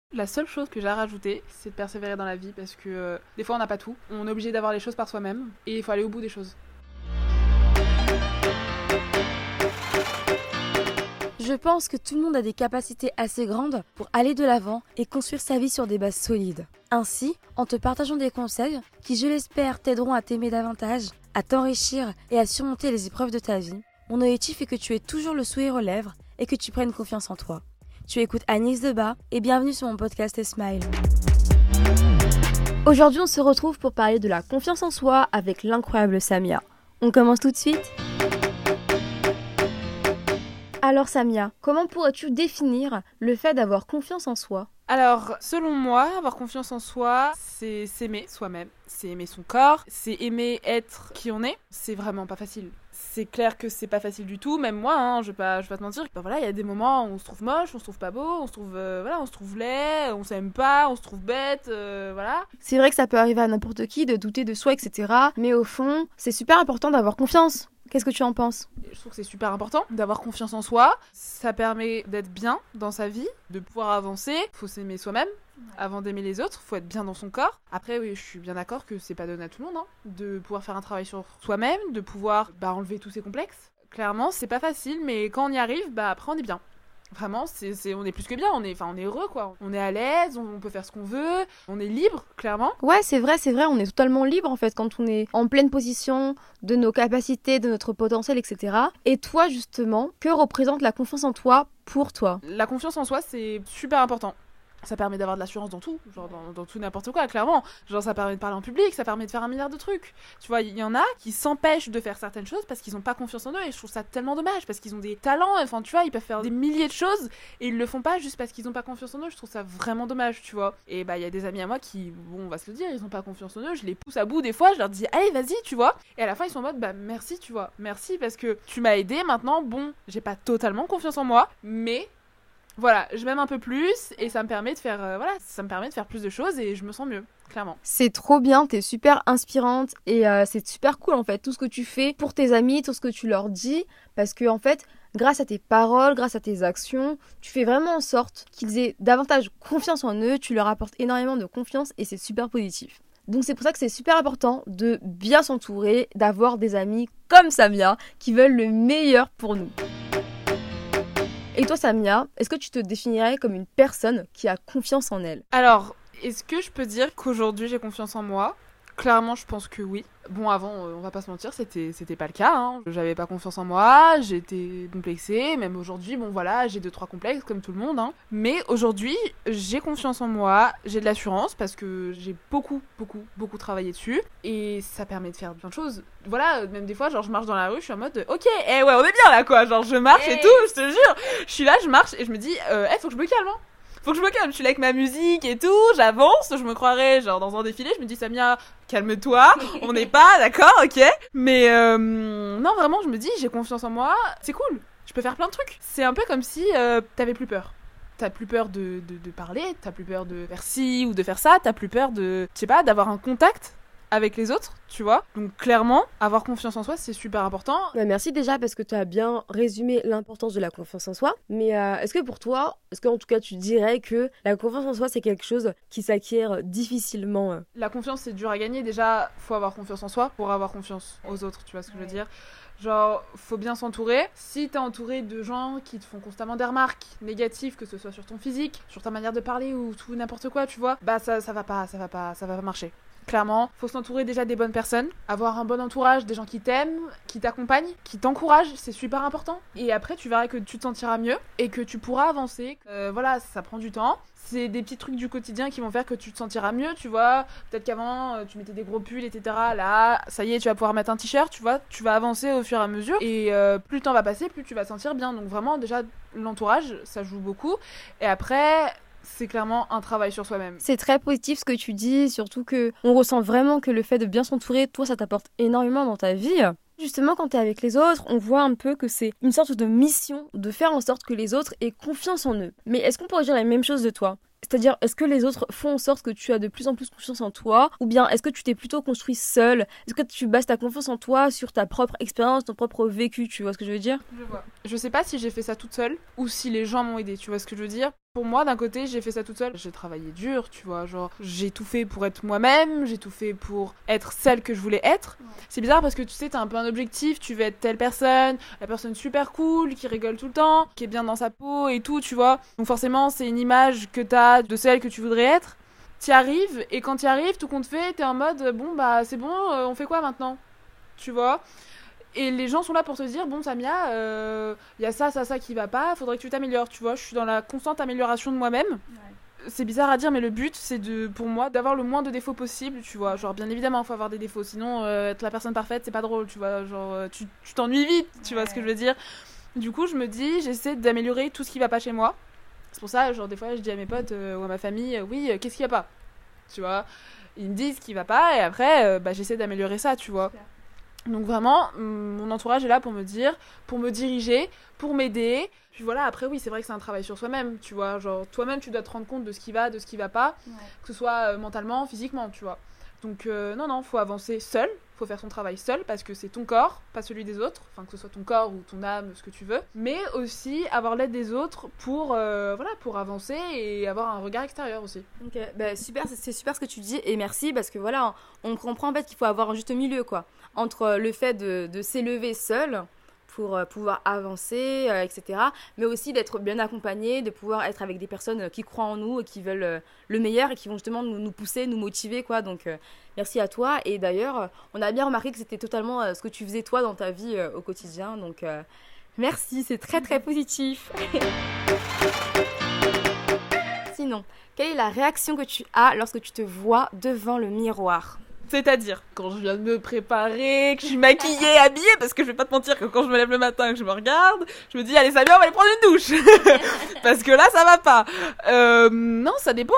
La seule chose que j'ai à rajouter, c'est de persévérer dans la vie parce que des fois on n'a pas tout. On est obligé d'avoir les choses par soi-même et il faut aller au bout des choses. Je pense que tout le monde a des capacités assez grandes pour aller de l'avant et construire sa vie sur des bases solides. Ainsi, en te partageant des conseils qui, je l'espère, t'aideront à t'aimer davantage, à t'enrichir et à surmonter les épreuves de ta vie, mon objectif est que tu aies toujours le sourire aux lèvres et que tu prennes confiance en toi. Tu écoutes Agnès Debat et bienvenue sur mon podcast Smile. Aujourd'hui, on se retrouve pour parler de la confiance en soi avec l'incroyable Samia. On commence tout de suite ? Alors Samia, comment pourrais-tu définir le fait d'avoir confiance en soi ? Alors, selon moi, avoir confiance en soi, c'est s'aimer soi-même, c'est aimer son corps, c'est aimer être qui on est. C'est vraiment pas facile. C'est clair que c'est pas facile du tout, même moi, je vais pas te mentir. Ben voilà, il y a des moments où on se trouve moche, on se trouve pas beau, on se trouve laid, on s'aime pas, on se trouve bête, voilà. C'est vrai que ça peut arriver à n'importe qui de douter de soi, etc. Mais au fond, c'est super important d'avoir confiance. Qu'est-ce que tu en penses ? Je trouve que c'est super important d'avoir confiance en soi. Ça permet d'être bien dans sa vie, de pouvoir avancer. Faut s'aimer soi-même avant d'aimer les autres. Faut être bien dans son corps. Après, oui, je suis bien d'accord que c'est pas donné à tout le monde, de pouvoir faire un travail sur soi-même, de pouvoir enlever tous ses complexes. Clairement, c'est pas facile, mais quand on y arrive, après on est bien. Vraiment, on est plus que bien, on est heureux quoi. On est à l'aise, on peut faire ce qu'on veut, on est libre, clairement. Ouais, c'est vrai, on est totalement libre en fait quand on est en pleine position de nos capacités, de notre potentiel, etc. Et toi justement, que représente la confiance en toi pour toi ? La confiance en soi, c'est super important. Ça permet d'avoir de l'assurance dans tout, genre dans tout n'importe quoi, clairement. Genre ça permet de parler en public, ça permet de faire un milliard de trucs. Tu vois, il y en a qui s'empêchent de faire certaines choses parce qu'ils ont pas confiance en eux et je trouve ça tellement dommage parce qu'ils ont des talents, enfin tu vois, ils peuvent faire des milliers de choses et ils le font pas juste parce qu'ils ont pas confiance en eux. Je trouve ça vraiment dommage, tu vois. Et il y a des amis à moi qui, bon, on va se le dire, ils ont pas confiance en eux, je les pousse à bout des fois, je leur dis allez, vas-y, tu vois. Et à la fin, ils sont en mode merci, tu vois. Merci parce que tu m'as aidé, maintenant, bon, j'ai pas totalement confiance en moi, mais voilà, je m'aime un peu plus et ça me permet de faire plus de choses et je me sens mieux, clairement. C'est trop bien, t'es super inspirante et c'est super cool en fait, tout ce que tu fais pour tes amis, tout ce que tu leur dis, parce que en fait, grâce à tes paroles, grâce à tes actions, tu fais vraiment en sorte qu'ils aient davantage confiance en eux, tu leur apportes énormément de confiance et c'est super positif. Donc c'est pour ça que c'est super important de bien s'entourer, d'avoir des amis comme Samia qui veulent le meilleur pour nous. Et toi Samia, est-ce que tu te définirais comme une personne qui a confiance en elle ? Alors, est-ce que je peux dire qu'aujourd'hui j'ai confiance en moi ? Clairement, je pense que oui. Bon, avant, on va pas se mentir, c'était pas le cas. J'avais pas confiance en moi, j'étais complexée. Même aujourd'hui, bon voilà, j'ai 2-3 complexes comme tout le monde. Mais aujourd'hui, j'ai confiance en moi, j'ai de l'assurance parce que j'ai beaucoup travaillé dessus. Et ça permet de faire plein de choses. Voilà, même des fois, genre je marche dans la rue, je suis en mode ok, ouais, on est bien là quoi. Genre je marche et tout, je te jure. Je suis là, je marche et je me dis, faut que je me calme. Faut que je me calme, je suis là avec ma musique et tout, j'avance, je me croirais genre dans un défilé, je me dis Samia, calme-toi, on n'est pas, d'accord, ok. Mais non, vraiment, je me dis, j'ai confiance en moi, c'est cool, je peux faire plein de trucs. C'est un peu comme si t'avais plus peur. T'as plus peur de parler, t'as plus peur de faire ci ou de faire ça, t'as plus peur de, je sais pas, d'avoir un contact avec les autres, tu vois. Donc clairement, avoir confiance en soi, c'est super important. Merci déjà parce que tu as bien résumé l'importance de la confiance en soi. Mais est-ce qu'en tout cas tu dirais que la confiance en soi c'est quelque chose qui s'acquiert difficilement La confiance c'est dur à gagner. Déjà, faut avoir confiance en soi pour avoir confiance aux autres, tu vois ce que je veux dire. Genre, faut bien s'entourer. Si t'es entouré de gens qui te font constamment des remarques négatives, que ce soit sur ton physique, sur ta manière de parler ou tout n'importe quoi, tu vois, ça va pas marcher. Clairement, faut s'entourer déjà des bonnes personnes, avoir un bon entourage, des gens qui t'aiment, qui t'accompagnent, qui t'encouragent, c'est super important. Et après, tu verras que tu te sentiras mieux et que tu pourras avancer. Voilà, ça prend du temps. C'est des petits trucs du quotidien qui vont faire que tu te sentiras mieux, tu vois. Peut-être qu'avant, tu mettais des gros pulls, etc. Là, ça y est, tu vas pouvoir mettre un t-shirt, tu vois. Tu vas avancer au fur et à mesure. Et plus le temps va passer, plus tu vas te sentir bien. Donc vraiment, déjà, l'entourage, ça joue beaucoup. Et après, c'est clairement un travail sur soi-même. C'est très positif ce que tu dis, surtout que on ressent vraiment que le fait de bien s'entourer, toi, ça t'apporte énormément dans ta vie. Justement, quand t'es avec les autres, on voit un peu que c'est une sorte de mission de faire en sorte que les autres aient confiance en eux. Mais est-ce qu'on pourrait dire la même chose de toi ? C'est-à-dire, est-ce que les autres font en sorte que tu as de plus en plus confiance en toi, ou bien est-ce que tu t'es plutôt construit seul? Est-ce que tu bases ta confiance en toi sur ta propre expérience, ton propre vécu, tu vois ce que je veux dire? Je vois. Je sais pas si j'ai fait ça toute seule ou si les gens m'ont aidé, tu vois ce que je veux dire? Pour moi, d'un côté, j'ai fait ça toute seule. J'ai travaillé dur, tu vois, genre, j'ai tout fait pour être moi-même, j'ai tout fait pour être celle que je voulais être. Ouais. C'est bizarre parce que tu sais, t'as un peu un objectif, tu veux être telle personne, la personne super cool, qui rigole tout le temps, qui est bien dans sa peau et tout, tu vois. Donc forcément, c'est une image que t'as de celle que tu voudrais être. T'y arrives, et quand t'y arrives, tout compte fait, t'es en mode, bon, bah, c'est bon, on fait quoi maintenant? Tu vois? Et les gens sont là pour te dire, bon Samia, y a ça qui va pas, faudrait que tu t'améliores, tu vois. Je suis dans la constante amélioration de moi-même. Ouais. C'est bizarre à dire, mais le but, c'est pour moi, d'avoir le moins de défauts possible, tu vois. Genre, bien évidemment, il faut avoir des défauts, sinon, être la personne parfaite, c'est pas drôle, tu vois. Genre, tu t'ennuies vite, tu vois ce que je veux dire. Du coup, je me dis, j'essaie d'améliorer tout ce qui va pas chez moi. C'est pour ça, genre, des fois, je dis à mes potes ou à ma famille, oui, qu'est-ce qui va pas, tu vois. Ils me disent ce qui va pas, et après, j'essaie d'améliorer ça, tu vois. Super. Donc vraiment, mon entourage est là pour me dire, pour me diriger, pour m'aider. Puis voilà, après oui, c'est vrai que c'est un travail sur soi-même, tu vois. Genre, toi-même, tu dois te rendre compte de ce qui va, de ce qui va pas, ouais. Que ce soit mentalement, physiquement, tu vois. Donc non, faut avancer seul, faut faire son travail seul, parce que c'est ton corps, pas celui des autres. Enfin, que ce soit ton corps ou ton âme, ce que tu veux. Mais aussi avoir l'aide des autres pour avancer et avoir un regard extérieur aussi. Ok, bah super, c'est super ce que tu dis, et merci, parce que voilà, on comprend en fait qu'il faut avoir un juste milieu, quoi. Entre le fait de s'élever seul pour pouvoir avancer, etc. Mais aussi d'être bien accompagné, de pouvoir être avec des personnes qui croient en nous et qui veulent le meilleur et qui vont justement nous pousser, nous motiver, quoi. Donc merci à toi. Et d'ailleurs, on a bien remarqué que c'était totalement ce que tu faisais toi dans ta vie au quotidien. Donc merci, c'est très très positif. Sinon, quelle est la réaction que tu as lorsque tu te vois devant le miroir ? C'est-à-dire, quand je viens de me préparer, que je suis maquillée, habillée, parce que je vais pas te mentir que quand je me lève le matin et que je me regarde, je me dis, allez Samia, on va aller prendre une douche. Parce que là, ça va pas. Non, ça dépend.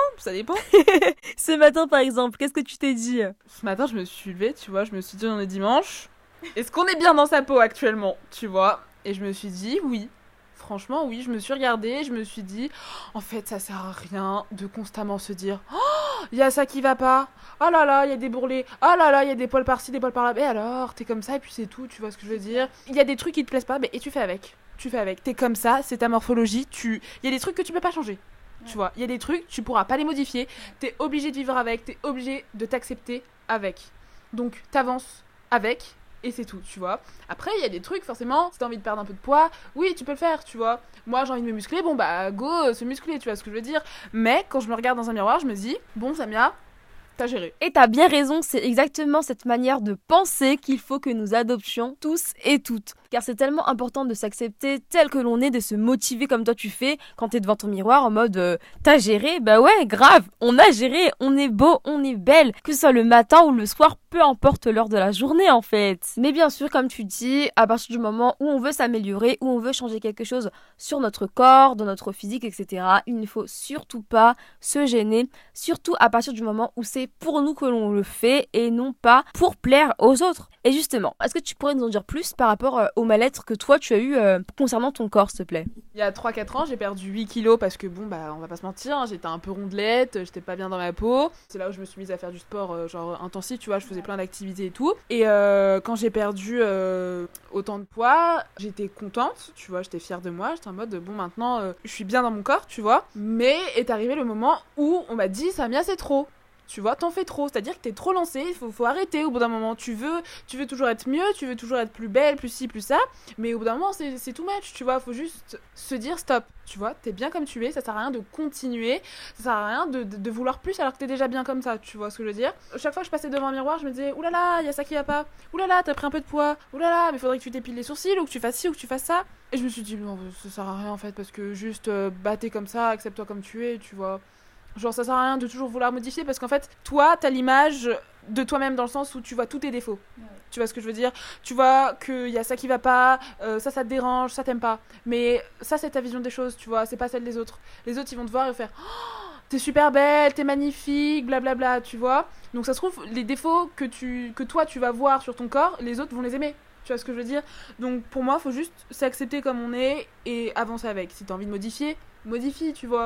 Ce matin, par exemple, qu'est-ce que tu t'es dit ? Ce matin, je me suis levée, tu vois, je me suis dit, on est dimanche. Est-ce qu'on est bien dans sa peau actuellement, tu vois ? Et je me suis dit, oui. Franchement, oui, je me suis regardée, je me suis dit, en fait, ça sert à rien de constamment se dire, oh, il y a ça qui va pas, oh là là, il y a des bourrelets, oh là là, il y a des poils par-ci, des poils par-là, mais alors, t'es comme ça et puis c'est tout, tu vois ce que je veux dire. Il y a des trucs qui te plaisent pas, et tu fais avec, t'es comme ça, c'est ta morphologie, il y a des trucs que tu peux pas changer. Tu vois, il y a des trucs, tu pourras pas les modifier, t'es obligé de vivre avec, t'es obligé de t'accepter avec. Donc, t'avances avec. Et c'est tout, tu vois. Après, il y a des trucs, forcément, si t'as envie de perdre un peu de poids, oui, tu peux le faire, tu vois. Moi, j'ai envie de me muscler, bon, bah, go, se muscler, tu vois ce que je veux dire. Mais quand je me regarde dans un miroir, je me dis, bon, Samia, t'as géré. Et t'as bien raison, c'est exactement cette manière de penser qu'il faut que nous adoptions tous et toutes. Car c'est tellement important de s'accepter tel que l'on est, de se motiver comme toi tu fais quand t'es devant ton miroir en mode t'as géré, bah ouais, grave, on a géré, on est beau, on est belle, que ce soit le matin ou le soir, peu importe l'heure de la journée en fait. Mais bien sûr, comme tu dis, à partir du moment où on veut s'améliorer, où on veut changer quelque chose sur notre corps, dans notre physique, etc., il ne faut surtout pas se gêner, surtout à partir du moment où c'est pour nous que l'on le fait et non pas pour plaire aux autres. Et justement, est-ce que tu pourrais nous en dire plus par rapport au mal-être que toi tu as eu concernant ton corps, s'il te plaît ? Il y a 3-4 ans, j'ai perdu 8 kilos parce que bon, bah, on va pas se mentir, hein, j'étais un peu rondelette, j'étais pas bien dans ma peau. C'est là où je me suis mise à faire du sport genre intensif, tu vois, je faisais plein d'activités et tout. Et quand j'ai perdu autant de poids, j'étais contente, tu vois, j'étais fière de moi, j'étais en mode bon, maintenant je suis bien dans mon corps, tu vois. Mais est arrivé le moment où on m'a dit, Samia, c'est trop. Tu vois, t'en fais trop, c'est-à-dire que t'es trop lancée, il faut arrêter au bout d'un moment. Tu veux toujours être mieux, tu veux toujours être plus belle, plus ci, plus ça, mais au bout d'un moment, c'est too much, tu vois, faut juste se dire stop, tu vois, t'es bien comme tu es, ça sert à rien de continuer, ça sert à rien de vouloir plus alors que t'es déjà bien comme ça, tu vois ce que je veux dire. Chaque fois que je passais devant un miroir, je me disais, oulala, il y a ça qui va pas, oulala, t'as pris un peu de poids, oulala, mais faudrait que tu t'épiles les sourcils ou que tu fasses ci ou que tu fasses ça. Et je me suis dit, non, ça sert à rien en fait, parce que juste t'es comme ça, accepte-toi comme tu es, tu vois. Genre ça sert à rien de toujours vouloir modifier parce qu'en fait toi t'as l'image de toi-même dans le sens où tu vois tous tes défauts. Ouais. Tu vois ce que je veux dire, tu vois qu'il y a ça qui va pas, ça te dérange, ça t'aime pas, mais ça c'est ta vision des choses, tu vois, c'est pas celle des autres. Les autres ils vont te voir et faire oh, t'es super belle, t'es magnifique, blablabla, tu vois. Donc ça se trouve les défauts que toi tu vas voir sur ton corps, les autres vont les aimer. Tu vois ce que je veux dire. Donc pour moi faut juste s'accepter comme on est et avancer avec. Si t'as envie de modifier, modifie, tu vois.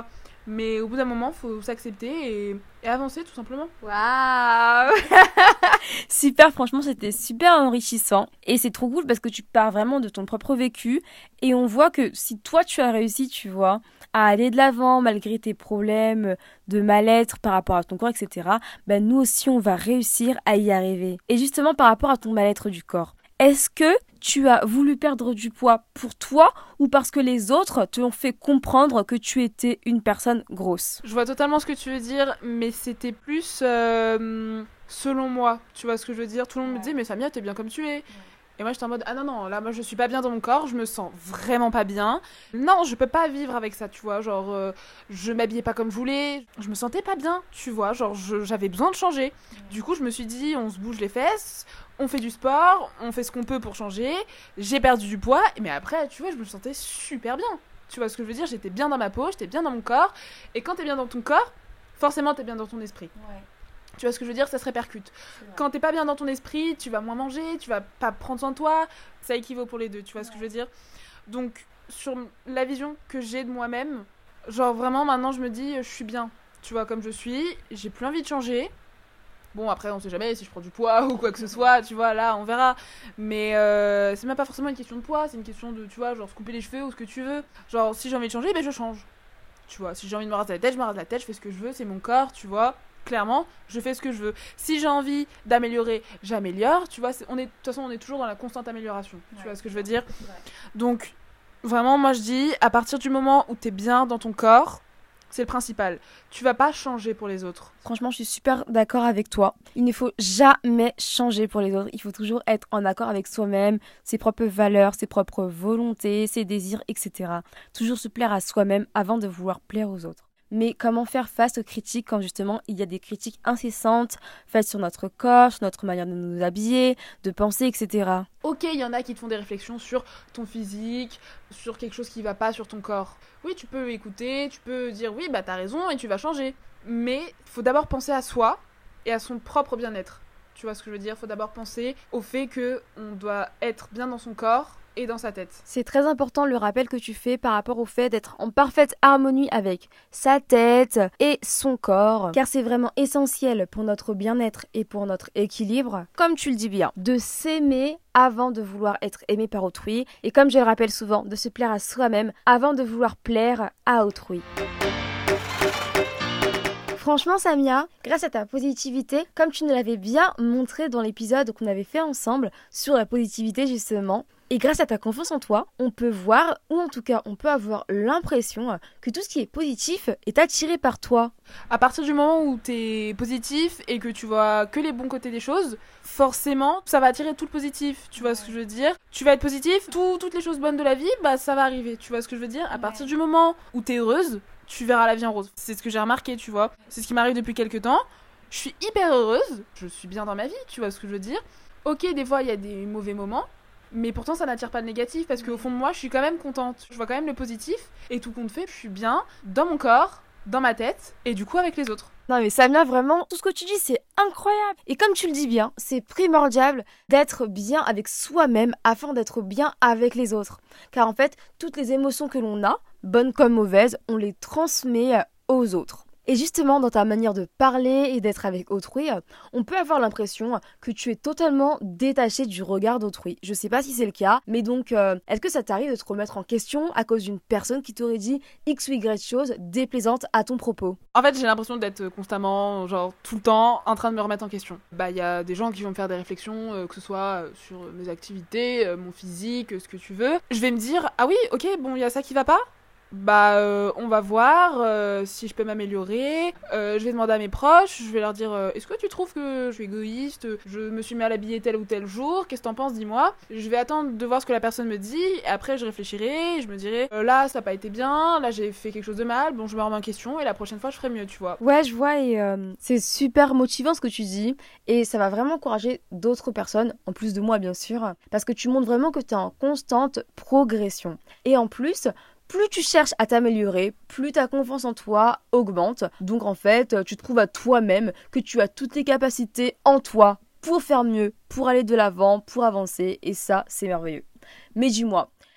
Mais au bout d'un moment, faut s'accepter et avancer tout simplement. Waouh. Super, franchement, c'était super enrichissant. Et c'est trop cool parce que tu pars vraiment de ton propre vécu. Et on voit que si toi, tu as réussi, tu vois, à aller de l'avant malgré tes problèmes de mal-être par rapport à ton corps, etc., ben nous aussi, on va réussir à y arriver. Et justement, par rapport à ton mal-être du corps, est-ce que tu as voulu perdre du poids pour toi ou parce que les autres te ont fait comprendre que tu étais une personne grosse? Je vois totalement ce que tu veux dire, mais c'était plus selon moi. Tu vois ce que je veux dire? Tout le monde me disait, mais Samia, t'es bien comme tu es. Et moi, j'étais en mode, ah non, non, là, moi, je suis pas bien dans mon corps, je me sens vraiment pas bien. Non, je peux pas vivre avec ça, tu vois. Genre, je m'habillais pas comme je voulais, je me sentais pas bien, tu vois. Genre, j'avais besoin de changer. Du coup, je me suis dit, on se bouge les fesses, on fait du sport, on fait ce qu'on peut pour changer. J'ai perdu du poids, mais après, tu vois, je me sentais super bien. Tu vois ce que je veux dire? J'étais bien dans ma peau, j'étais bien dans mon corps. Et quand t'es bien dans ton corps, forcément, t'es bien dans ton esprit. Ouais. Tu vois ce que je veux dire? Ça se répercute. Quand t'es pas bien dans ton esprit, tu vas moins manger, tu vas pas prendre soin de toi. Ça équivaut pour les deux, tu vois ce que je veux dire? Donc, sur la vision que j'ai de moi-même, genre vraiment maintenant je me dis, je suis bien. Tu vois, comme je suis, j'ai plus envie de changer. Bon, après, on sait jamais si je prends du poids ou quoi que ce soit, tu vois, là, on verra. Mais c'est même pas forcément une question de poids, c'est une question de, tu vois, genre se couper les cheveux ou ce que tu veux. Genre, si j'ai envie de changer, ben je change. Tu vois, si j'ai envie de me raser la tête, je me rase la tête, je fais ce que je veux, c'est mon corps, tu vois. Clairement, je fais ce que je veux. Si j'ai envie d'améliorer, j'améliore. Tu vois, de toute façon, on est toujours dans la constante amélioration. Tu vois ce que je veux dire? Donc, vraiment, moi, je dis, à partir du moment où t'es bien dans ton corps, c'est le principal. Tu vas pas changer pour les autres. Franchement, je suis super d'accord avec toi. Il ne faut jamais changer pour les autres. Il faut toujours être en accord avec soi-même, ses propres valeurs, ses propres volontés, ses désirs, etc. Toujours se plaire à soi-même avant de vouloir plaire aux autres. Mais comment faire face aux critiques quand justement il y a des critiques incessantes faites sur notre corps, sur notre manière de nous habiller, de penser, etc. Ok, il y en a qui te font des réflexions sur ton physique, sur quelque chose qui va pas sur ton corps. Oui, tu peux écouter, tu peux dire oui, bah t'as raison et tu vas changer. Mais il faut d'abord penser à soi et à son propre bien-être. Tu vois ce que je veux dire? Il faut d'abord penser au fait que on doit être bien dans son corps et dans sa tête. C'est très important le rappel que tu fais par rapport au fait d'être en parfaite harmonie avec sa tête et son corps, car c'est vraiment essentiel pour notre bien-être et pour notre équilibre, comme tu le dis bien, de s'aimer avant de vouloir être aimé par autrui, et comme je le rappelle souvent, de se plaire à soi-même avant de vouloir plaire à autrui. Franchement, Samia, grâce à ta positivité, comme tu nous l'avais bien montré dans l'épisode qu'on avait fait ensemble sur la positivité justement, et grâce à ta confiance en toi, on peut voir, ou en tout cas on peut avoir l'impression que tout ce qui est positif est attiré par toi. À partir du moment où t'es positif et que tu vois que les bons côtés des choses, forcément ça va attirer tout le positif, tu vois ce que je veux dire? Tu vas être positif, toutes les choses bonnes de la vie, bah ça va arriver, tu vois ce que je veux dire? À partir du moment où t'es heureuse, tu verras la vie en rose. C'est ce que j'ai remarqué, tu vois. C'est ce qui m'arrive depuis quelques temps. Je suis hyper heureuse, je suis bien dans ma vie, tu vois ce que je veux dire? Ok, des fois il y a des mauvais moments, mais pourtant ça n'attire pas le négatif parce qu'au fond de moi je suis quand même contente. Je vois quand même le positif et tout compte fait, je suis bien dans mon corps, dans ma tête et du coup avec les autres. Non mais Samia, vraiment, tout ce que tu dis c'est incroyable. Et comme tu le dis bien, c'est primordial d'être bien avec soi-même afin d'être bien avec les autres. Car en fait, toutes les émotions que l'on a, bonnes comme mauvaises, on les transmet aux autres. Et justement, dans ta manière de parler et d'être avec autrui, on peut avoir l'impression que tu es totalement détaché du regard d'autrui. Je sais pas si c'est le cas, mais donc, est-ce que ça t'arrive de te remettre en question à cause d'une personne qui t'aurait dit X ou Y chose déplaisante à ton propos? En fait, j'ai l'impression d'être constamment, genre tout le temps, en train de me remettre en question. Bah, il y a des gens qui vont me faire des réflexions, que ce soit sur mes activités, mon physique, ce que tu veux. Je vais me dire, ah oui, ok, bon, il y a ça qui va pas? Bah, on va voir si je peux m'améliorer. Je vais demander à mes proches, je vais leur dire est-ce que tu trouves que je suis égoïste? Je me suis mis à l'habiller tel ou tel jour, qu'est-ce que t'en penses, dis-moi. Je vais attendre de voir ce que la personne me dit, et après je réfléchirai, je me dirai là ça n'a pas été bien, là j'ai fait quelque chose de mal, bon je me remets en question et la prochaine fois je ferai mieux, tu vois. Ouais, je vois, et c'est super motivant ce que tu dis, et ça va vraiment encourager d'autres personnes, en plus de moi bien sûr, parce que tu montres vraiment que tu es en constante progression. Et en plus, plus tu cherches à t'améliorer, plus ta confiance en toi augmente. Donc en fait, tu trouves à toi-même que tu as toutes les capacités en toi pour faire mieux, pour aller de l'avant, pour avancer. Et ça, c'est merveilleux. Mais dis-moi,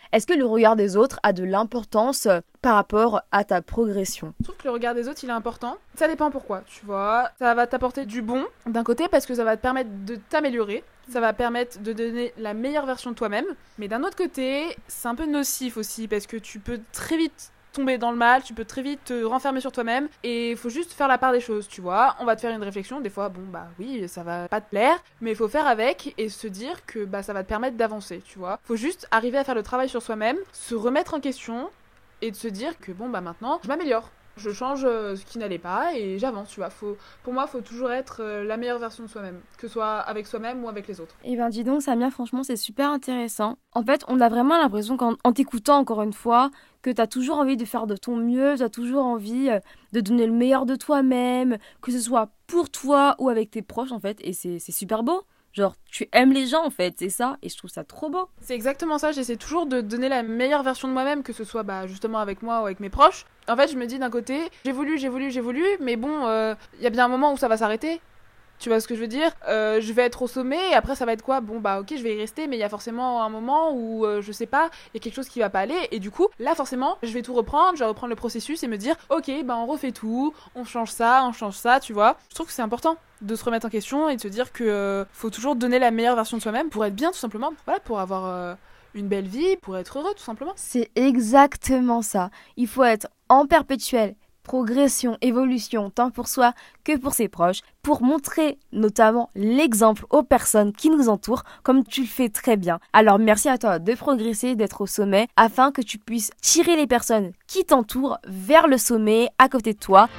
Est-ce que le regard des autres a de l'importance par rapport à ta progression? Je trouve que le regard des autres, il est important. Ça dépend pourquoi, tu vois. Ça va t'apporter du bon, d'un côté, parce que ça va te permettre de t'améliorer. Ça va permettre de donner la meilleure version de toi-même. Mais d'un autre côté, c'est un peu nocif aussi, parce que tu peux très vite tomber dans le mal, tu peux très vite te renfermer sur toi-même, et il faut juste faire la part des choses, tu vois. On va te faire une réflexion, des fois, bon bah oui, ça va pas te plaire, mais il faut faire avec et se dire que bah ça va te permettre d'avancer, tu vois. Faut juste arriver à faire le travail sur soi-même, se remettre en question, et de se dire que bon bah maintenant, je m'améliore. Je change ce qui n'allait pas et j'avance, tu vois. Pour moi, il faut toujours être la meilleure version de soi-même, que ce soit avec soi-même ou avec les autres. Eh ben dis donc Samia, franchement c'est super intéressant. En fait, on a vraiment l'impression en t'écoutant encore une fois que t'as toujours envie de faire de ton mieux, t'as toujours envie de donner le meilleur de toi-même, que ce soit pour toi ou avec tes proches en fait, et c'est super beau. Genre, tu aimes les gens en fait, c'est ça, et je trouve ça trop beau. C'est exactement ça, j'essaie toujours de donner la meilleure version de moi-même, que ce soit bah, justement avec moi ou avec mes proches. En fait, je me dis d'un côté, j'évolue, mais bon, y a bien un moment où ça va s'arrêter. Tu vois ce que je veux dire? Je vais être au sommet et après ça va être quoi? Bon bah ok, je vais y rester, mais il y a forcément un moment où je sais pas, il y a quelque chose qui va pas aller et du coup là forcément je vais tout reprendre, je vais reprendre le processus et me dire ok bah on refait tout, on change ça, tu vois. Je trouve que c'est important de se remettre en question et de se dire que faut toujours donner la meilleure version de soi-même pour être bien tout simplement, voilà, pour avoir une belle vie, pour être heureux tout simplement. C'est exactement ça. Il faut être en perpétuelle progression, évolution, tant pour soi que pour ses proches, pour montrer notamment l'exemple aux personnes qui nous entourent, comme tu le fais très bien. Alors merci à toi de progresser, d'être au sommet, afin que tu puisses tirer les personnes qui t'entourent vers le sommet à côté de toi.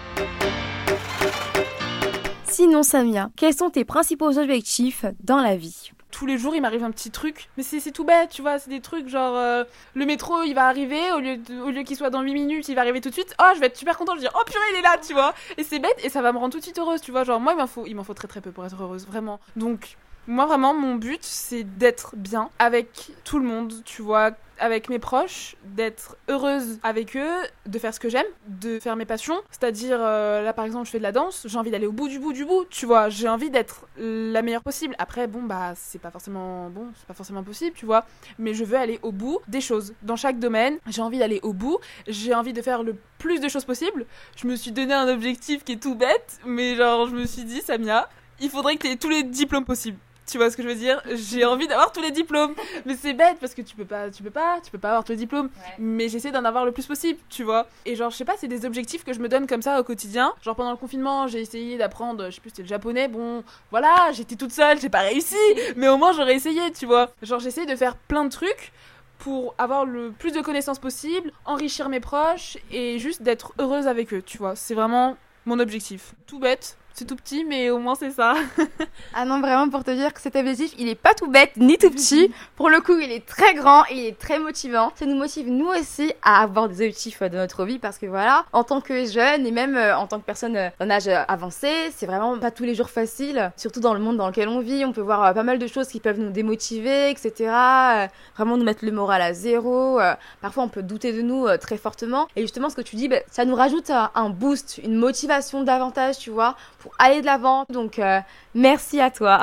Sinon Samia, quels sont tes principaux objectifs dans la vie ? Tous les jours il m'arrive un petit truc, mais c'est tout bête, tu vois, c'est des trucs genre le métro il va arriver, au lieu qu'il soit dans 8 minutes, il va arriver tout de suite. Oh, je vais être super contente, je vais dire oh purée il est là, tu vois. Et c'est bête et ça va me rendre tout de suite heureuse, tu vois, genre moi il m'en faut très très peu pour être heureuse, vraiment. Donc moi vraiment mon but c'est d'être bien avec tout le monde, tu vois, avec mes proches, d'être heureuse avec eux, de faire ce que j'aime, de faire mes passions. C'est-à-dire, là par exemple, je fais de la danse, j'ai envie d'aller au bout du bout, tu vois. J'ai envie d'être la meilleure possible. Après, bon, bah, c'est pas forcément possible, tu vois. Mais je veux aller au bout des choses. Dans chaque domaine, j'ai envie d'aller au bout. J'ai envie de faire le plus de choses possible. Je me suis donné un objectif qui est tout bête, mais genre, je me suis dit, Samia, il faudrait que tu aies tous les diplômes possibles. Tu vois ce que je veux dire? J'ai envie d'avoir tous les diplômes. Mais c'est bête parce que tu peux pas avoir tous les diplômes. Ouais. Mais j'essaie d'en avoir le plus possible, tu vois. Et genre, je sais pas, c'est des objectifs que je me donne comme ça au quotidien. Genre pendant le confinement, j'ai essayé d'apprendre, je sais plus, c'était le japonais. Bon, voilà, j'étais toute seule, j'ai pas réussi. Mais au moins, j'aurais essayé, tu vois. Genre, j'essaie de faire plein de trucs pour avoir le plus de connaissances possible, enrichir mes proches et juste d'être heureuse avec eux, tu vois. C'est vraiment mon objectif. Tout bête. C'est tout petit, mais au moins c'est ça. Ah non, vraiment, pour te dire que cet objectif, il est pas tout bête, ni tout petit. Pour le coup, il est très grand et il est très motivant. Ça nous motive, nous aussi, à avoir des objectifs de notre vie parce que voilà, en tant que jeune et même en tant que personne d'un âge avancé, c'est vraiment pas tous les jours facile. Surtout dans le monde dans lequel on vit, on peut voir pas mal de choses qui peuvent nous démotiver, etc. Vraiment nous mettre le moral à zéro. Parfois, on peut douter de nous très fortement. Et justement, ce que tu dis, ça nous rajoute un boost, une motivation davantage, tu vois, pour aller de l'avant. Donc, merci à toi.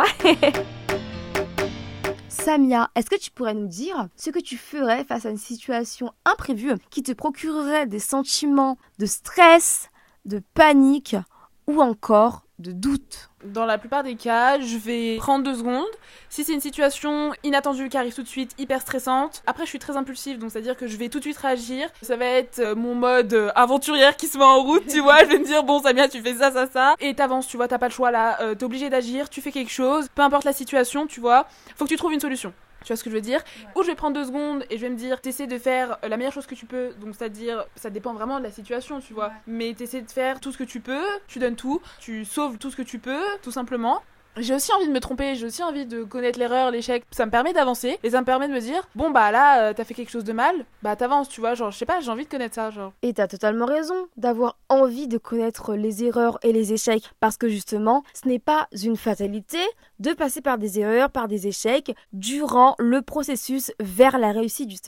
Samia, est-ce que tu pourrais nous dire ce que tu ferais face à une situation imprévue qui te procurerait des sentiments de stress, de panique ou encore de doute? Dans la plupart des cas, je vais prendre 2 secondes. Si c'est une situation inattendue qui arrive tout de suite, hyper stressante, après je suis très impulsive, donc c'est-à-dire que je vais tout de suite réagir. Ça va être mon mode aventurière qui se met en route, tu vois. Je vais me dire, bon Samia, tu fais ça, et t'avances, tu vois, t'as pas le choix là, t'es obligé d'agir, tu fais quelque chose, peu importe la situation, tu vois, faut que tu trouves une solution. Tu vois ce que je veux dire? Ouais. Ou je vais prendre 2 secondes et je vais me dire, t'essaies de faire la meilleure chose que tu peux. Donc c'est-à-dire, ça dépend vraiment de la situation, tu vois. Ouais. Mais t'essaies de faire tout ce que tu peux, tu donnes tout, tu sauves tout ce que tu peux, tout simplement. J'ai aussi envie de me tromper, j'ai aussi envie de connaître l'erreur, l'échec. Ça me permet d'avancer et ça me permet de me dire, bon bah là, t'as fait quelque chose de mal, bah t'avances, tu vois, genre je sais pas, j'ai envie de connaître ça, genre. Et t'as totalement raison d'avoir envie de connaître les erreurs et les échecs parce que justement, ce n'est pas une fatalité de passer par des erreurs, par des échecs durant le processus vers la réussite justement.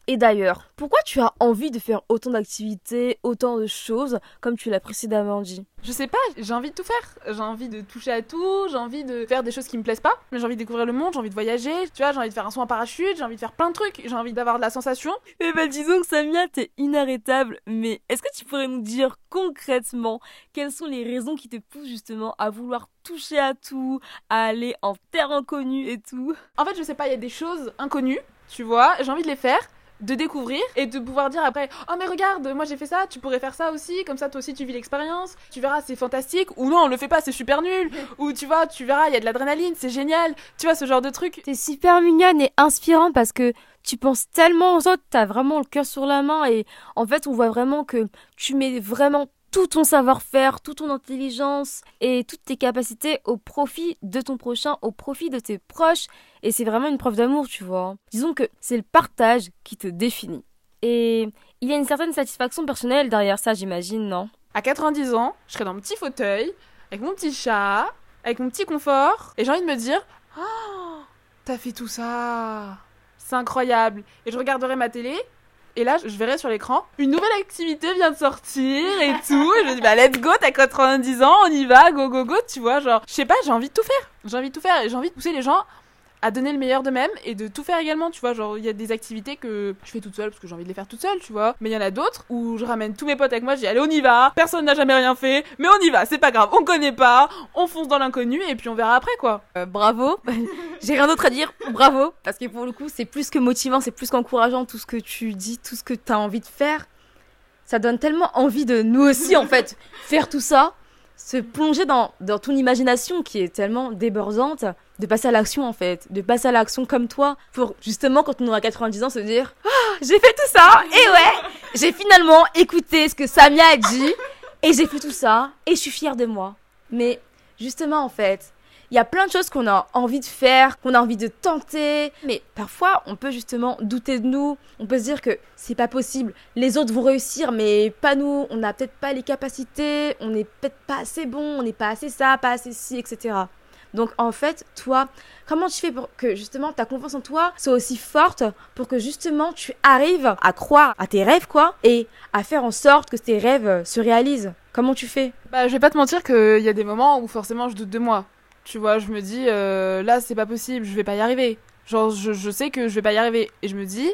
Et d'ailleurs, pourquoi tu as envie de faire autant d'activités, autant de choses, comme tu l'as précédemment dit? Je sais pas, j'ai envie de tout faire. J'ai envie de toucher à tout, j'ai envie de faire des choses qui me plaisent pas, mais j'ai envie de découvrir le monde, j'ai envie de voyager, tu vois, j'ai envie de faire un saut en parachute, j'ai envie de faire plein de trucs, j'ai envie d'avoir de la sensation. Eh ben disons que Samia, t'es inarrêtable, mais est-ce que tu pourrais nous dire concrètement quelles sont les raisons qui te poussent justement à vouloir toucher à tout, à aller en terre inconnue et tout? En fait, je sais pas, il y a des choses inconnues, tu vois, j'ai envie de les faire, de découvrir et de pouvoir dire après oh mais regarde moi j'ai fait ça, tu pourrais faire ça aussi, comme ça toi aussi tu vis l'expérience, tu verras c'est fantastique, ou non on le fait pas c'est super nul, ou tu vois tu verras il y a de l'adrénaline c'est génial, tu vois ce genre de truc. T'es super mignonne et inspirante parce que tu penses tellement aux autres, t'as vraiment le cœur sur la main et en fait on voit vraiment que tu mets vraiment tout ton savoir-faire, toute ton intelligence et toutes tes capacités au profit de ton prochain, au profit de tes proches. Et c'est vraiment une preuve d'amour, tu vois. Disons que c'est le partage qui te définit. Et il y a une certaine satisfaction personnelle derrière ça, j'imagine, non? À 90 ans, je serai dans mon petit fauteuil, avec mon petit chat, avec mon petit confort, et j'ai envie de me dire « Oh, t'as fait tout ça, c'est incroyable !» Et je regarderai ma télé, et là, je verrai sur l'écran, une nouvelle activité vient de sortir et tout. Et je me dis, bah, let's go, t'as 90 ans, on y va, go, go, go, tu vois, genre, je sais pas, j'ai envie de tout faire. J'ai envie de tout faire et j'ai envie de pousser les gens à donner le meilleur d'eux-mêmes et de tout faire également, tu vois, genre, il y a des activités que je fais toute seule parce que j'ai envie de les faire toute seule, tu vois. Mais il y en a d'autres où je ramène tous mes potes avec moi, je dis, allez, on y va, personne n'a jamais rien fait, mais on y va, c'est pas grave, on connaît pas, on fonce dans l'inconnu et puis on verra après, quoi. Bravo. J'ai rien d'autre à dire, bravo. Parce que pour le coup, c'est plus que motivant, c'est plus qu'encourageant tout ce que tu dis, tout ce que t'as envie de faire. Ça donne tellement envie de nous aussi, en fait, faire tout ça, se plonger dans ton imagination qui est tellement débordante, de passer à l'action, en fait, de passer à l'action comme toi, pour justement, quand on aura 90 ans, se dire « Ah, j'ai fait tout ça, et ouais, j'ai finalement écouté ce que Samia a dit, et j'ai fait tout ça, et je suis fière de moi. » Mais justement, en fait, il y a plein de choses qu'on a envie de faire, qu'on a envie de tenter, mais parfois on peut justement douter de nous, on peut se dire que c'est pas possible, les autres vont réussir mais pas nous, on n'a peut-être pas les capacités, on n'est peut-être pas assez bon, on n'est pas assez ça, pas assez ci, etc. Donc en fait, toi, comment tu fais pour que justement ta confiance en toi soit aussi forte pour que justement tu arrives à croire à tes rêves quoi et à faire en sorte que tes rêves se réalisent? Comment tu fais? Bah, je vais pas te mentir qu'il y a des moments où forcément je doute de moi. Tu vois, je me dis, là, c'est pas possible, je vais pas y arriver. Genre, je sais que je vais pas y arriver. Et je me dis,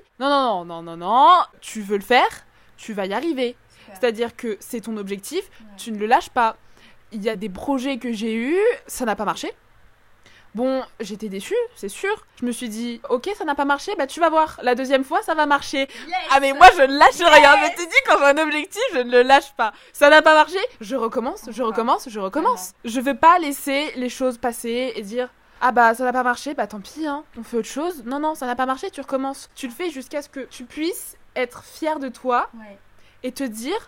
non, tu veux le faire, tu vas y arriver. C'est-à-dire que c'est ton objectif, tu ne le lâches pas. Il y a des projets que j'ai eus, ça n'a pas marché. Bon, j'étais déçue, c'est sûr. Je me suis dit, ok, ça n'a pas marché, bah tu vas voir, la deuxième fois, ça va marcher. Yes. Ah mais moi, je ne lâche rien. Je te dis, quand j'ai un objectif, je ne le lâche pas. Ça n'a pas marché, je recommence. Je veux pas laisser les choses passer et dire, ah bah ça n'a pas marché, bah tant pis, hein, on fait autre chose. Non, ça n'a pas marché, tu recommences. Tu le fais jusqu'à ce que tu puisses être fier de toi et te dire...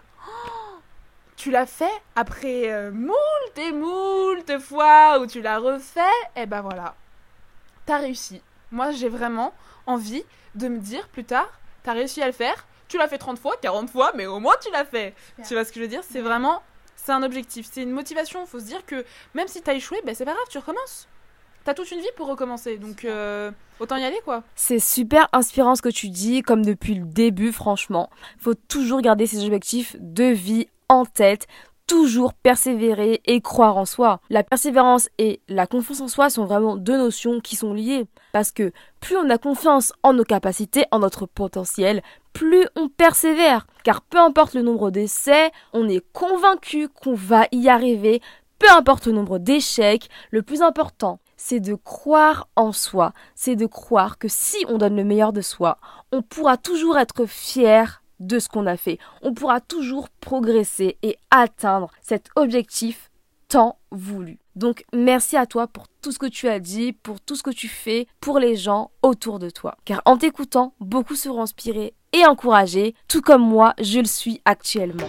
Tu l'as fait après moult et moult fois où tu l'as refait, et ben voilà, t'as réussi. Moi, j'ai vraiment envie de me dire plus tard, t'as réussi à le faire, tu l'as fait 30 fois, 40 fois, mais au moins tu l'as fait. Yeah. Tu vois ce que je veux dire? C'est vraiment, c'est un objectif, c'est une motivation. Faut se dire que même si t'as échoué, ben c'est pas grave, tu recommences. T'as toute une vie pour recommencer, donc autant y aller quoi. C'est super inspirant ce que tu dis, comme depuis le début, franchement. Faut toujours garder ses objectifs de vie en tête, toujours persévérer et croire en soi. La persévérance et la confiance en soi sont vraiment deux notions qui sont liées. Parce que plus on a confiance en nos capacités, en notre potentiel, plus on persévère. Car peu importe le nombre d'essais, on est convaincu qu'on va y arriver. Peu importe le nombre d'échecs, le plus important, c'est de croire en soi. C'est de croire que si on donne le meilleur de soi, on pourra toujours être fier de ce qu'on a fait. On pourra toujours progresser et atteindre cet objectif tant voulu. Donc merci à toi pour tout ce que tu as dit, pour tout ce que tu fais pour les gens autour de toi. Car en t'écoutant, beaucoup seront inspirés et encouragés, tout comme moi, je le suis actuellement.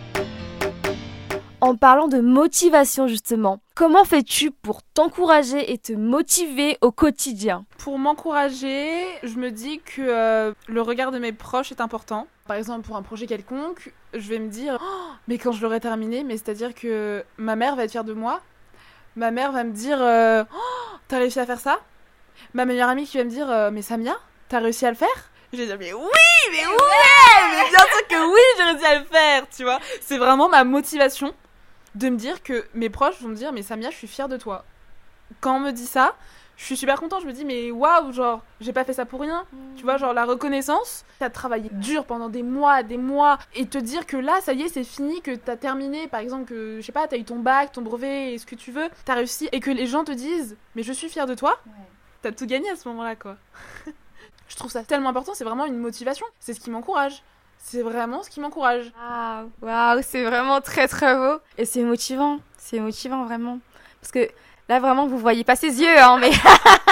En parlant de motivation justement, comment fais-tu pour t'encourager et te motiver au quotidien? Pour m'encourager, je me dis que le regard de mes proches est important. Par exemple, pour un projet quelconque, je vais me dire oh, mais quand je l'aurai terminé, mais c'est-à-dire que ma mère va être fière de moi. Ma mère va me dire oh, t'as réussi à faire ça? Ma meilleure amie qui va me dire mais Samia, t'as réussi à le faire? J'ai dit mais oui, mais bien sûr que oui, j'ai réussi à le faire, tu vois. C'est vraiment ma motivation de me dire que mes proches vont me dire mais Samia, je suis fière de toi. Quand on me dit ça, je suis super contente, je me dis mais waouh, genre j'ai pas fait ça pour rien. Tu vois, genre la reconnaissance, t'as travaillé dur pendant des mois et te dire que là ça y est, c'est fini, que t'as terminé, par exemple que je sais pas, t'as eu ton bac, ton brevet et ce que tu veux, t'as réussi et que les gens te disent mais je suis fière de toi. T'as tout gagné à ce moment-là quoi. Je trouve ça tellement important, c'est vraiment une motivation, c'est ce qui m'encourage. C'est vraiment ce qui m'encourage. Waouh, c'est vraiment très très beau. Et c'est motivant vraiment. Parce que là vraiment vous voyez pas ses yeux, hein, mais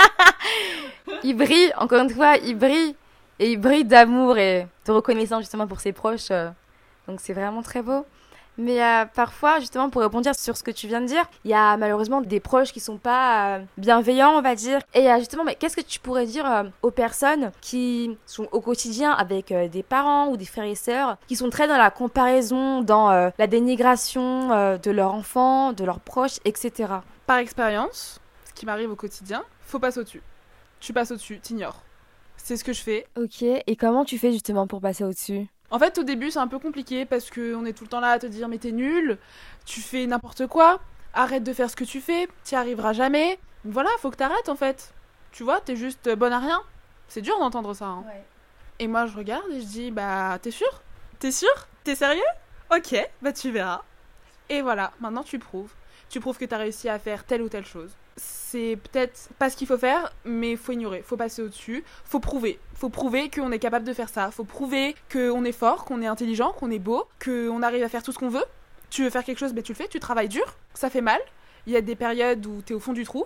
il brille, encore une fois, il brille. Et il brille d'amour et de reconnaissance justement pour ses proches. Donc c'est vraiment très beau. Mais parfois, justement, pour rebondir sur ce que tu viens de dire, il y a malheureusement des proches qui sont pas bienveillants, on va dire. Et justement, mais qu'est-ce que tu pourrais dire aux personnes qui sont au quotidien avec des parents ou des frères et sœurs, qui sont très dans la comparaison, dans la dénigration de leurs enfants, de leurs proches, etc. Par expérience, ce qui m'arrive au quotidien, faut passer au-dessus. Tu passes au-dessus, t'ignores. C'est ce que je fais. Ok, et comment tu fais justement pour passer au-dessus ? En fait, au début, c'est un peu compliqué parce qu'on est tout le temps là à te dire mais t'es nul, tu fais n'importe quoi, arrête de faire ce que tu fais, t'y arriveras jamais. Donc voilà, faut que t'arrêtes en fait. Tu vois, t'es juste bonne à rien. C'est dur d'entendre ça. Hein. Ouais. Et moi, je regarde et je dis bah t'es sûr ? T'es sûr ? T'es sérieux ? Ok, bah tu verras. Et voilà, maintenant tu prouves. Tu prouves que t'as réussi à faire telle ou telle chose. C'est peut-être pas ce qu'il faut faire, mais faut ignorer, faut passer au-dessus, faut prouver qu'on est capable de faire ça, faut prouver qu'on est fort, qu'on est intelligent, qu'on est beau, qu'on arrive à faire tout ce qu'on veut. Tu veux faire quelque chose, mais tu le fais, tu travailles dur, ça fait mal, il y a des périodes où t'es au fond du trou,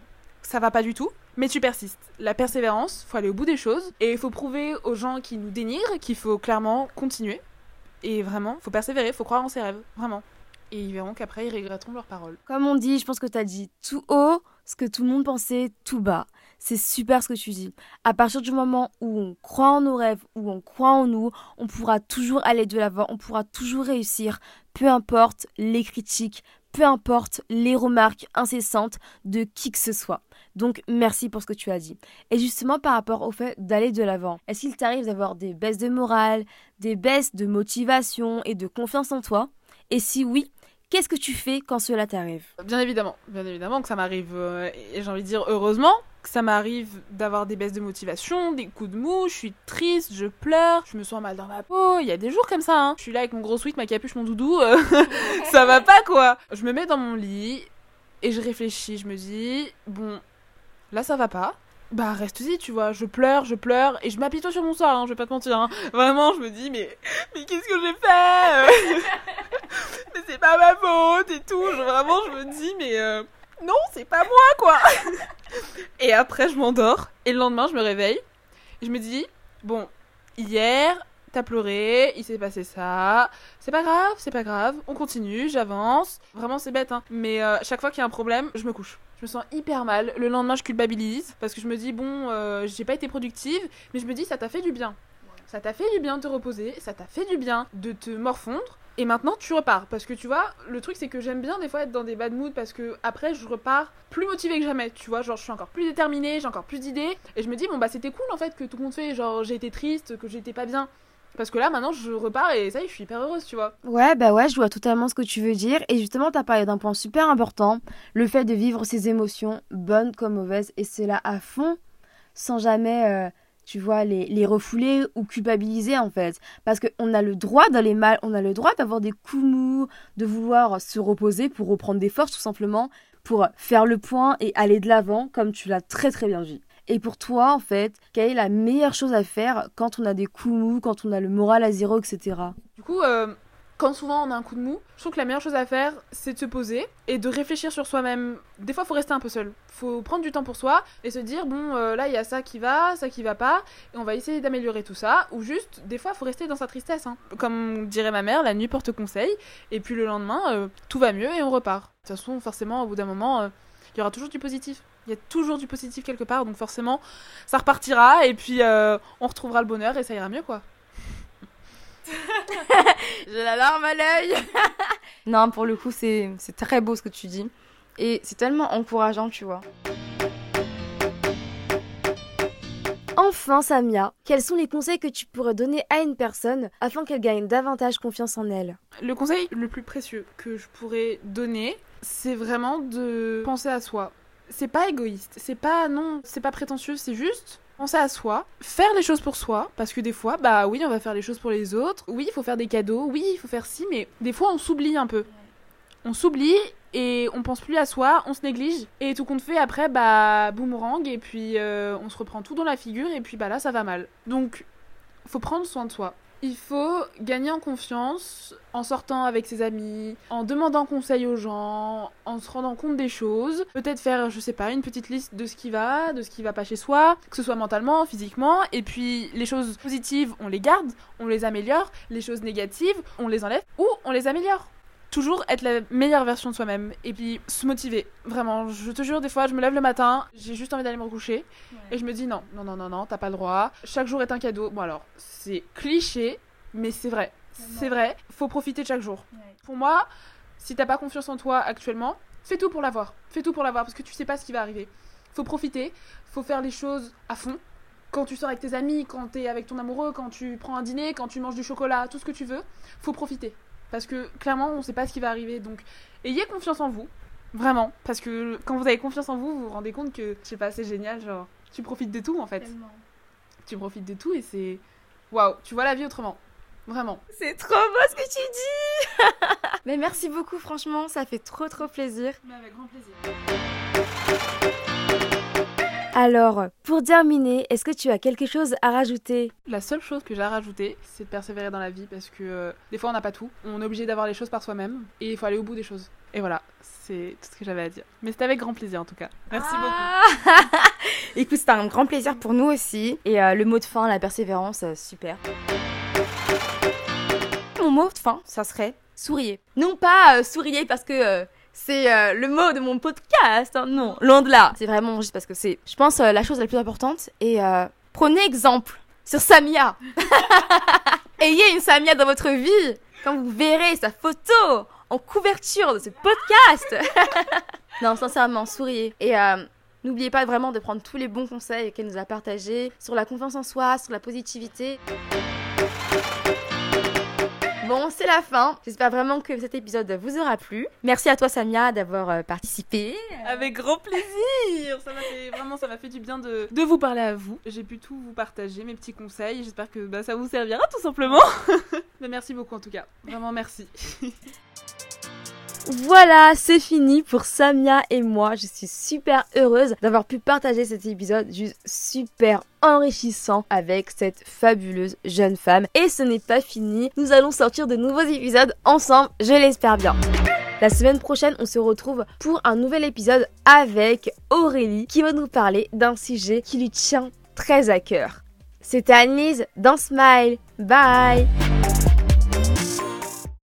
ça va pas du tout, mais tu persistes. La persévérance, faut aller au bout des choses, et il faut prouver aux gens qui nous dénigrent qu'il faut clairement continuer, et vraiment, faut persévérer, faut croire en ses rêves, vraiment. Et ils verront qu'après, ils regretteront leurs paroles. Comme on dit, je pense que tu as dit tout haut ce que tout le monde pensait tout bas. C'est super ce que tu dis. À partir du moment où on croit en nos rêves, où on croit en nous, on pourra toujours aller de l'avant, on pourra toujours réussir, peu importe les critiques, peu importe les remarques incessantes de qui que ce soit. Donc, merci pour ce que tu as dit. Et justement, par rapport au fait d'aller de l'avant, est-ce qu'il t'arrive d'avoir des baisses de morale, des baisses de motivation et de confiance en toi ? Et si oui, qu'est-ce que tu fais quand cela t'arrive ? Bien évidemment que ça m'arrive, et j'ai envie de dire heureusement, que ça m'arrive d'avoir des baisses de motivation, des coups de mou, je suis triste, je pleure, je me sens mal dans ma peau, il y a des jours comme ça, hein. Je suis là avec mon gros sweat, ma capuche, mon doudou, ça va pas quoi. Je me mets dans mon lit, et je réfléchis, je me dis, bon, là ça va pas. Bah reste-y, tu vois, je pleure, et je m'apitoie sur mon sort, hein, je vais pas te mentir, hein. Vraiment, je me dis, mais qu'est-ce que j'ai fait mais c'est pas ma faute et tout, vraiment, je me dis, mais non, c'est pas moi, quoi. Et après, je m'endors, et le lendemain, je me réveille, et je me dis, bon, hier, t'as pleuré, il s'est passé ça, c'est pas grave, on continue, j'avance, vraiment, c'est bête, hein, mais chaque fois qu'il y a un problème, je me couche. Je me sens hyper mal. Le lendemain, je culpabilise parce que je me dis, bon, j'ai pas été productive, mais je me dis, ça t'a fait du bien. Ça t'a fait du bien de te reposer, ça t'a fait du bien de te morfondre, et maintenant, tu repars. Parce que tu vois, le truc, c'est que j'aime bien des fois être dans des bad moods parce que après, je repars plus motivée que jamais, tu vois. Genre, je suis encore plus déterminée, j'ai encore plus d'idées, et je me dis, bon, bah, c'était cool en fait que tout compte fait. Genre, j'ai été triste, que j'étais pas bien. Parce que là, maintenant, je repars et ça y est, je suis hyper heureuse, tu vois. Ouais, je vois totalement ce que tu veux dire. Et justement, t'as parlé d'un point super important, le fait de vivre ses émotions, bonnes comme mauvaises, et c'est là à fond, sans jamais, tu vois, les refouler ou culpabiliser, en fait. Parce qu'on a le droit d'aller mal, on a le droit d'avoir des coups mous, de vouloir se reposer pour reprendre des forces, tout simplement, pour faire le point et aller de l'avant, comme tu l'as très très bien dit. Et pour toi, en fait, quelle est la meilleure chose à faire quand on a des coups mous, quand on a le moral à zéro, etc. Du coup, quand souvent on a un coup de mou, je trouve que la meilleure chose à faire, c'est de se poser et de réfléchir sur soi-même. Des fois, il faut rester un peu seul. Faut prendre du temps pour soi et se dire, bon, là, il y a ça qui va pas, et on va essayer d'améliorer tout ça. Ou juste, des fois, il faut rester dans sa tristesse. Hein. Comme dirait ma mère, la nuit porte conseil. Et puis le lendemain, tout va mieux et on repart. De toute façon, forcément, au bout d'un moment, il y aura toujours du positif. Il y a toujours du positif quelque part, donc forcément, ça repartira, et puis on retrouvera le bonheur, et ça ira mieux, quoi. J'ai la larme à l'œil. Non, pour le coup, c'est très beau ce que tu dis, et c'est tellement encourageant, tu vois. Enfin, Samia, quels sont les conseils que tu pourrais donner à une personne afin qu'elle gagne davantage confiance en elle? Le conseil le plus précieux que je pourrais donner, c'est vraiment de penser à soi. C'est pas égoïste, c'est pas prétentieux, c'est juste penser à soi, faire les choses pour soi, parce que des fois, bah oui, on va faire les choses pour les autres, oui, il faut faire des cadeaux, oui, il faut faire ci, mais des fois, on s'oublie un peu. On s'oublie et on pense plus à soi, on se néglige, et tout compte fait, après, bah, boomerang, et puis on se reprend tout dans la figure, et puis bah là, ça va mal. Donc, faut prendre soin de soi. Il faut gagner en confiance en sortant avec ses amis, en demandant conseil aux gens, en se rendant compte des choses. Peut-être faire, je sais pas, une petite liste de ce qui va pas chez soi, que ce soit mentalement, physiquement. Et puis les choses positives, on les garde, on les améliore. Les choses négatives, on les enlève ou on les améliore. Toujours être la meilleure version de soi-même et puis se motiver. Vraiment, je te jure, des fois, je me lève le matin, j'ai juste envie d'aller me recoucher et je me dis non, t'as pas le droit. Chaque jour est un cadeau. Bon alors, c'est cliché, mais c'est vrai. C'est vrai, faut profiter de chaque jour. Pour moi, si t'as pas confiance en toi actuellement, fais tout pour l'avoir. Fais tout pour l'avoir parce que tu sais pas ce qui va arriver. Faut profiter, faut faire les choses à fond. Quand tu sors avec tes amis, quand t'es avec ton amoureux, quand tu prends un dîner, quand tu manges du chocolat, tout ce que tu veux, faut profiter. Parce que clairement, on sait pas ce qui va arriver. Donc, ayez confiance en vous. Vraiment. Parce que quand vous avez confiance en vous, vous vous rendez compte que, je sais pas, c'est génial. Genre, tu profites de tout en fait. Tellement. Tu profites de tout et c'est. Waouh, tu vois la vie autrement. Vraiment. C'est trop beau ce que tu dis. Mais merci beaucoup, franchement, ça fait trop plaisir. Mais avec grand plaisir. Alors, pour terminer, est-ce que tu as quelque chose à rajouter? La seule chose que j'ai à rajouter, c'est de persévérer dans la vie parce que des fois on n'a pas tout. On est obligé d'avoir les choses par soi-même et il faut aller au bout des choses. Et voilà, c'est tout ce que j'avais à dire. Mais c'était avec grand plaisir en tout cas. Merci beaucoup. Écoute, c'était un grand plaisir pour nous aussi. Et le mot de fin, la persévérance, super. Mon mot de fin, ça serait souriez. Non pas souriez parce que... c'est le mot de mon podcast, hein. Non, loin de là. C'est vraiment juste parce que c'est, je pense, la chose la plus importante. Et prenez exemple sur Samia. Ayez une Samia dans votre vie. Quand vous verrez sa photo en couverture de ce podcast. Non, sincèrement, souriez. Et n'oubliez pas vraiment de prendre tous les bons conseils qu'elle nous a partagés sur la confiance en soi, sur la positivité. Bon, c'est la fin. J'espère vraiment que cet épisode vous aura plu. Merci à toi, Samia, d'avoir participé. Avec grand plaisir. Ça m'a fait du bien de vous parler à vous. J'ai pu tout vous partager, mes petits conseils. J'espère que ça vous servira tout simplement. Mais merci beaucoup en tout cas. Vraiment merci. Voilà, c'est fini pour Samia et moi. Je suis super heureuse d'avoir pu partager cet épisode juste super enrichissant avec cette fabuleuse jeune femme. Et ce n'est pas fini, nous allons sortir de nouveaux épisodes ensemble, je l'espère bien. La semaine prochaine, on se retrouve pour un nouvel épisode avec Aurélie qui va nous parler d'un sujet qui lui tient très à cœur. C'était Anne-Lise dans Smile. Bye!